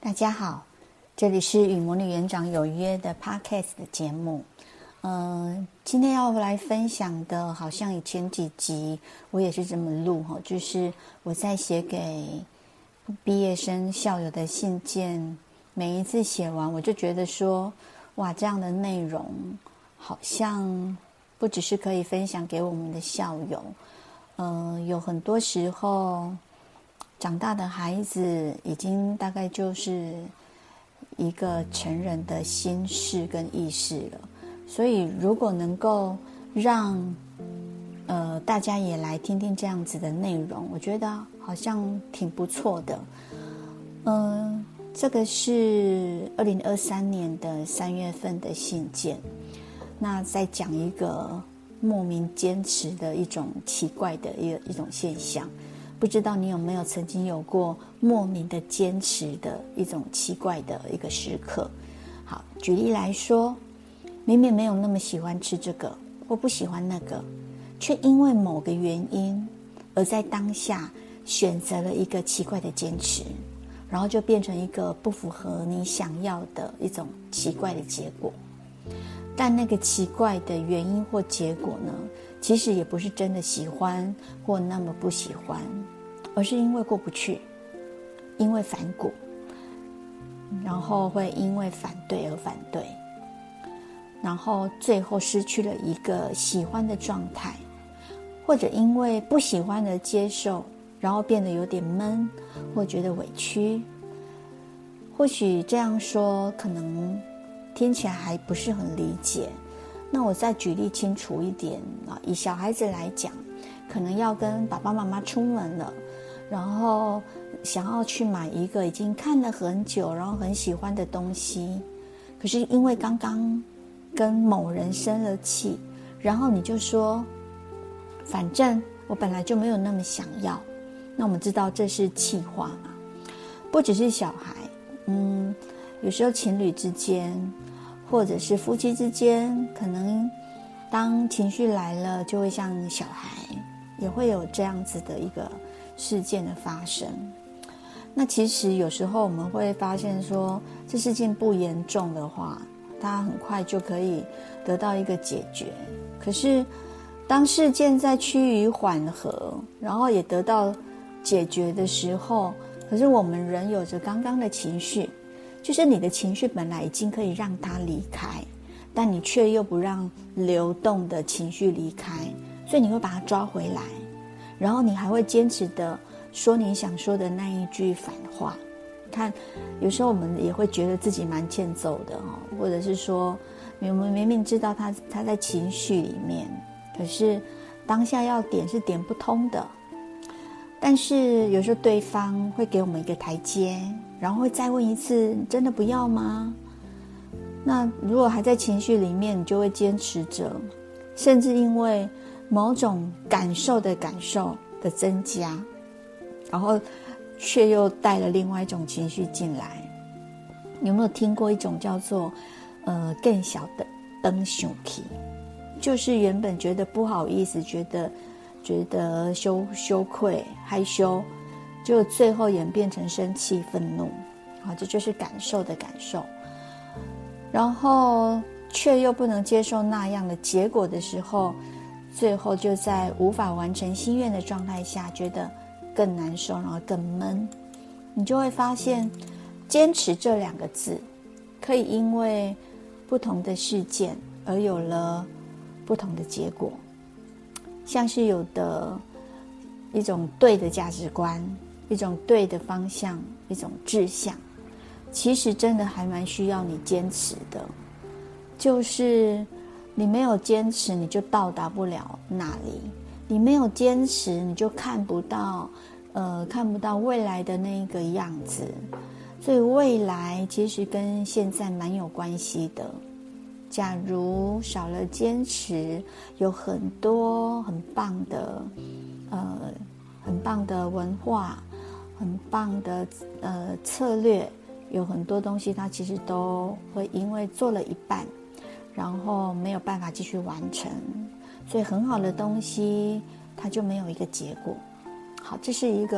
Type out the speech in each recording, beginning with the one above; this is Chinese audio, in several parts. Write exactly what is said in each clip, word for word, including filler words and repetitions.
大家好，这里是与魔女园长有约的 Podcast 的节目。呃，今天要来分享的，好像以前几集我也是这么录哈，就是我在写给毕业生校友的信件，每一次写完，我就觉得说，哇，这样的内容好像不只是可以分享给我们的校友，呃，有很多时候。长大的孩子已经大概就是一个成人的心事跟意识了，所以如果能够让呃大家也来听听这样子的内容，我觉得好像挺不错的。嗯、呃，这个是二零二三年的三月份的信件，那再讲一个莫名坚持的一种奇怪的一一种现象。不知道你有没有曾经有过莫名的坚持的一种奇怪的一个时刻？好，举例来说，明明没有那么喜欢吃这个或不喜欢那个，却因为某个原因而在当下选择了一个奇怪的坚持，然后就变成一个不符合你想要的一种奇怪的结果。但那个奇怪的原因或结果呢，其实也不是真的喜欢或那么不喜欢，而是因为过不去，因为反骨，然后会因为反对而反对，然后最后失去了一个喜欢的状态，或者因为不喜欢而接受，然后变得有点闷或觉得委屈。或许这样说可能听起来还不是很理解，那我再举例清楚一点啊，以小孩子来讲，可能要跟爸爸妈妈出门了，然后想要去买一个已经看了很久，然后很喜欢的东西，可是因为刚刚跟某人生了气，然后你就说，反正我本来就没有那么想要。那我们知道这是气话嘛，不只是小孩，嗯，有时候情侣之间，或者是夫妻之间，可能当情绪来了，就会像小孩，也会有这样子的一个事件的发生。那其实有时候我们会发现说，这事件不严重的话，它很快就可以得到一个解决。可是当事件在趋于缓和，然后也得到解决的时候，可是我们人有着刚刚的情绪，就是你的情绪本来已经可以让它离开，但你却又不让流动的情绪离开，所以你会把它抓回来，然后你还会坚持的说你想说的那一句反话。看，有时候我们也会觉得自己蛮欠揍的哦，或者是说，我们明明知道他他在情绪里面，可是当下要点是点不通的。但是有时候对方会给我们一个台阶，然后会再问一次，你真的不要吗？那如果还在情绪里面，你就会坚持着，甚至因为某种感受的感受的增加，然后却又带了另外一种情绪进来。有没有听过一种叫做呃更小的灯熊气，就是原本觉得不好意思，觉得觉得羞羞愧害羞，就最后演变成生气愤怒，好，这就是感受的感受，然后却又不能接受那样的结果的时候，最后就在无法完成心愿的状态下，觉得更难受，然后更闷。你就会发现坚持这两个字可以因为不同的事件而有了不同的结果，像是有的一种对的价值观，一种对的方向，一种志向，其实真的还蛮需要你坚持的。就是你没有坚持，你就到达不了那里，你没有坚持，你就看不到呃，看不到未来的那个样子。所以未来其实跟现在蛮有关系的。假如少了坚持，有很多很棒的呃很棒的文化，很棒的呃策略，有很多东西它其实都会因为做了一半，然后没有办法继续完成，所以很好的东西它就没有一个结果。好，这是一个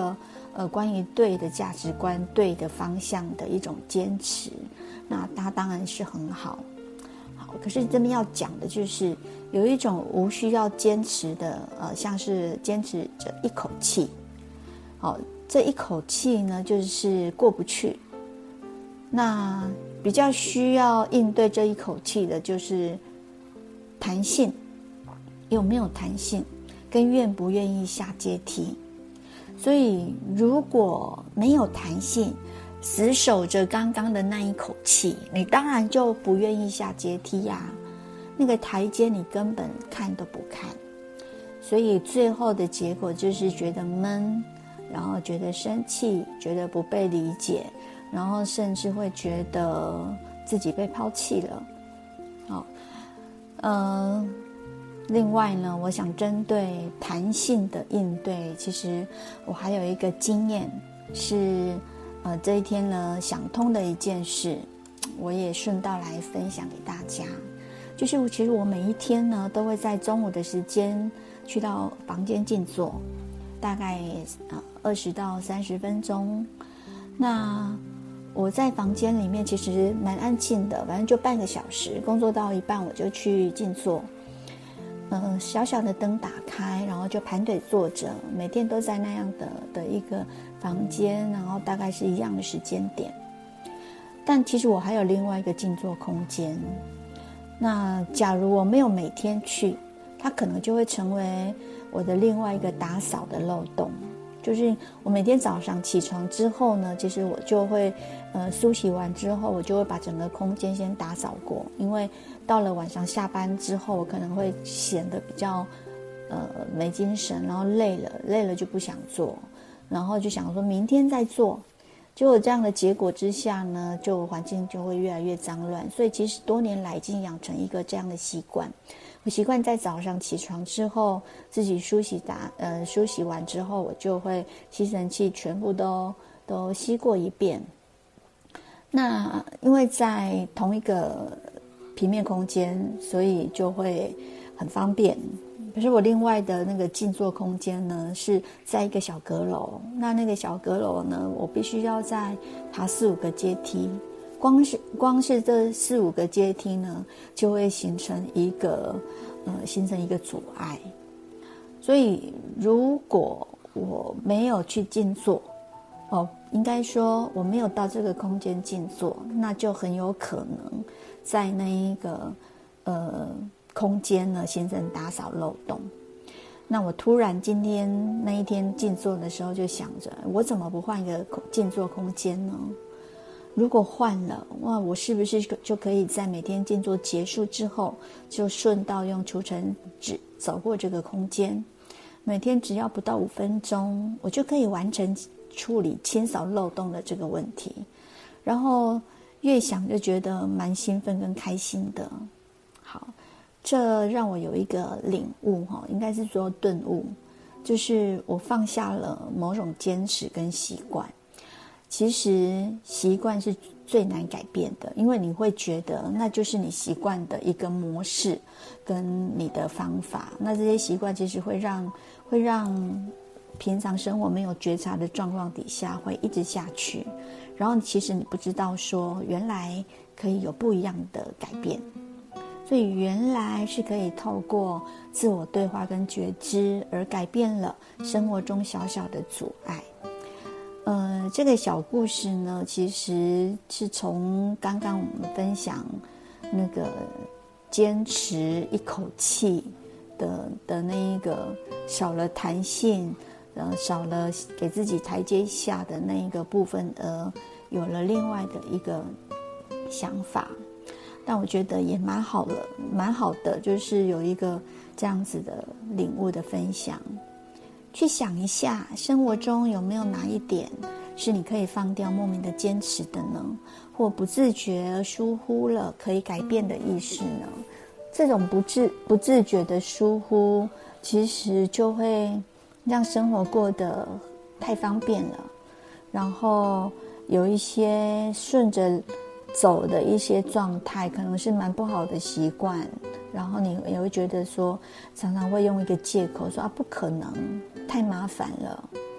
呃关于对的价值观、对的方向的一种坚持，那它当然是很好。好，可是这边要讲的就是有一种无需要坚持的，呃，像是坚持着一口气。好，这一口气呢，就是过不去。那比较需要应对这一口气的，就是弹性，有没有弹性，跟愿不愿意下阶梯。所以如果没有弹性，死守着刚刚的那一口气，你当然就不愿意下阶梯呀、啊。那个台阶你根本看都不看，所以最后的结果就是觉得闷，然后觉得生气，觉得不被理解，然后甚至会觉得自己被抛弃了。好，呃，另外呢，我想针对弹性的应对，其实我还有一个经验是。呃，这一天呢，想通的一件事，我也顺道来分享给大家。就是其实我每一天呢，都会在中午的时间去到房间静坐，大概呃二十到三十分钟。那我在房间里面其实蛮安静的，反正就半个小时，工作到一半我就去静坐。呃，小小的灯打开，然后就盘腿坐着，每天都在那样的的一个房间，然后大概是一样的时间点。但其实我还有另外一个静坐空间。那假如我没有每天去，它可能就会成为我的另外一个打扫的漏洞。就是我每天早上起床之后呢，其实我就会呃梳洗完之后，我就会把整个空间先打扫过，因为到了晚上下班之后，我可能会显得比较呃没精神，然后累了，累了就不想做，然后就想说明天再做。结果这样的结果之下呢，就环境就会越来越脏乱。所以其实多年来已经养成一个这样的习惯，我习惯在早上起床之后，自己梳洗打呃梳洗完之后，我就会吸尘器全部都都吸过一遍。那因为在同一个平面空间，所以就会很方便。可是我另外的那个静坐空间呢，是在一个小阁楼。那那个小阁楼呢，我必须要再爬四五个阶梯，光是光是这四五个阶梯呢，就会形成一个呃形成一个阻碍。所以如果我没有去静坐，哦，应该说我没有到这个空间静坐，那就很有可能在那一个呃空间呢形成打扫漏洞。那我突然今天那一天静坐的时候，就想着我怎么不换一个静坐空间呢？如果换了，哇，我是不是就可以在每天静坐结束之后，就顺道用除尘纸走过这个空间？每天只要不到五分钟，我就可以完成处理清扫漏洞的这个问题。然后越想就觉得蛮兴奋跟开心的。好，这让我有一个领悟，应该是说顿悟，就是我放下了某种坚持跟习惯。其实习惯是最难改变的，因为你会觉得那就是你习惯的一个模式跟你的方法。那这些习惯其实会让会让平常生活没有觉察的状况底下会一直下去，然后其实你不知道说原来可以有不一样的改变。所以原来是可以透过自我对话跟觉知而改变了生活中小小的阻碍。呃，这个小故事呢，其实是从刚刚我们分享那个坚持一口气的的那一个少了弹性，呃，少了给自己台阶下的那一个部分，而有了另外的一个想法。但我觉得也蛮好的，蛮好的，就是有一个这样子的领悟的分享。去想一下，生活中有没有哪一点是你可以放掉莫名的坚持的呢？或不自觉而疏忽了可以改变的意识呢？这种不自不自觉的疏忽，其实就会让生活过得太方便了，然后有一些顺着走的一些状态，可能是蛮不好的习惯，然后你也会觉得说，常常会用一个借口说啊，不可能，太麻烦了。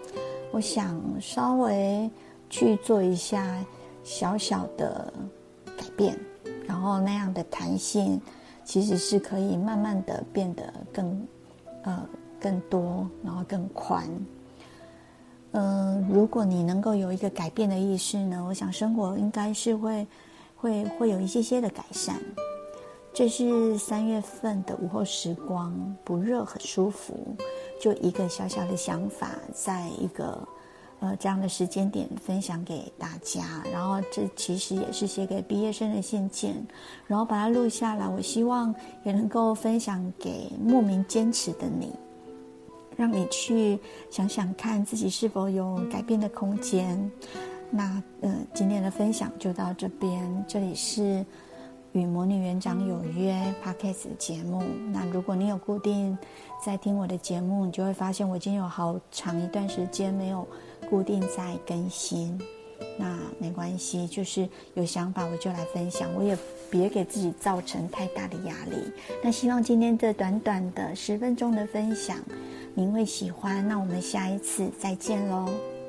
我想稍微去做一下小小的改变，然后那样的弹性其实是可以慢慢的变得更呃更多，然后更宽。嗯、呃，如果你能够有一个改变的意识呢，我想生活应该是会会会有一些些的改善。这是三月份的午后时光，不热很舒服，就一个小小的想法，在一个呃这样的时间点分享给大家。然后这其实也是写给毕业生的信件，然后把它录下来，我希望也能够分享给莫名坚持的你，让你去想想看自己是否有改变的空间。那呃今天的分享就到这边，这里是与魔女园长有约 Podcast 的节目。那如果你有固定在听我的节目，你就会发现我已经有好长一段时间没有固定在更新。那没关系，就是有想法我就来分享，我也别给自己造成太大的压力。那希望今天这短短的十分钟的分享您会喜欢，那我们下一次再见咯。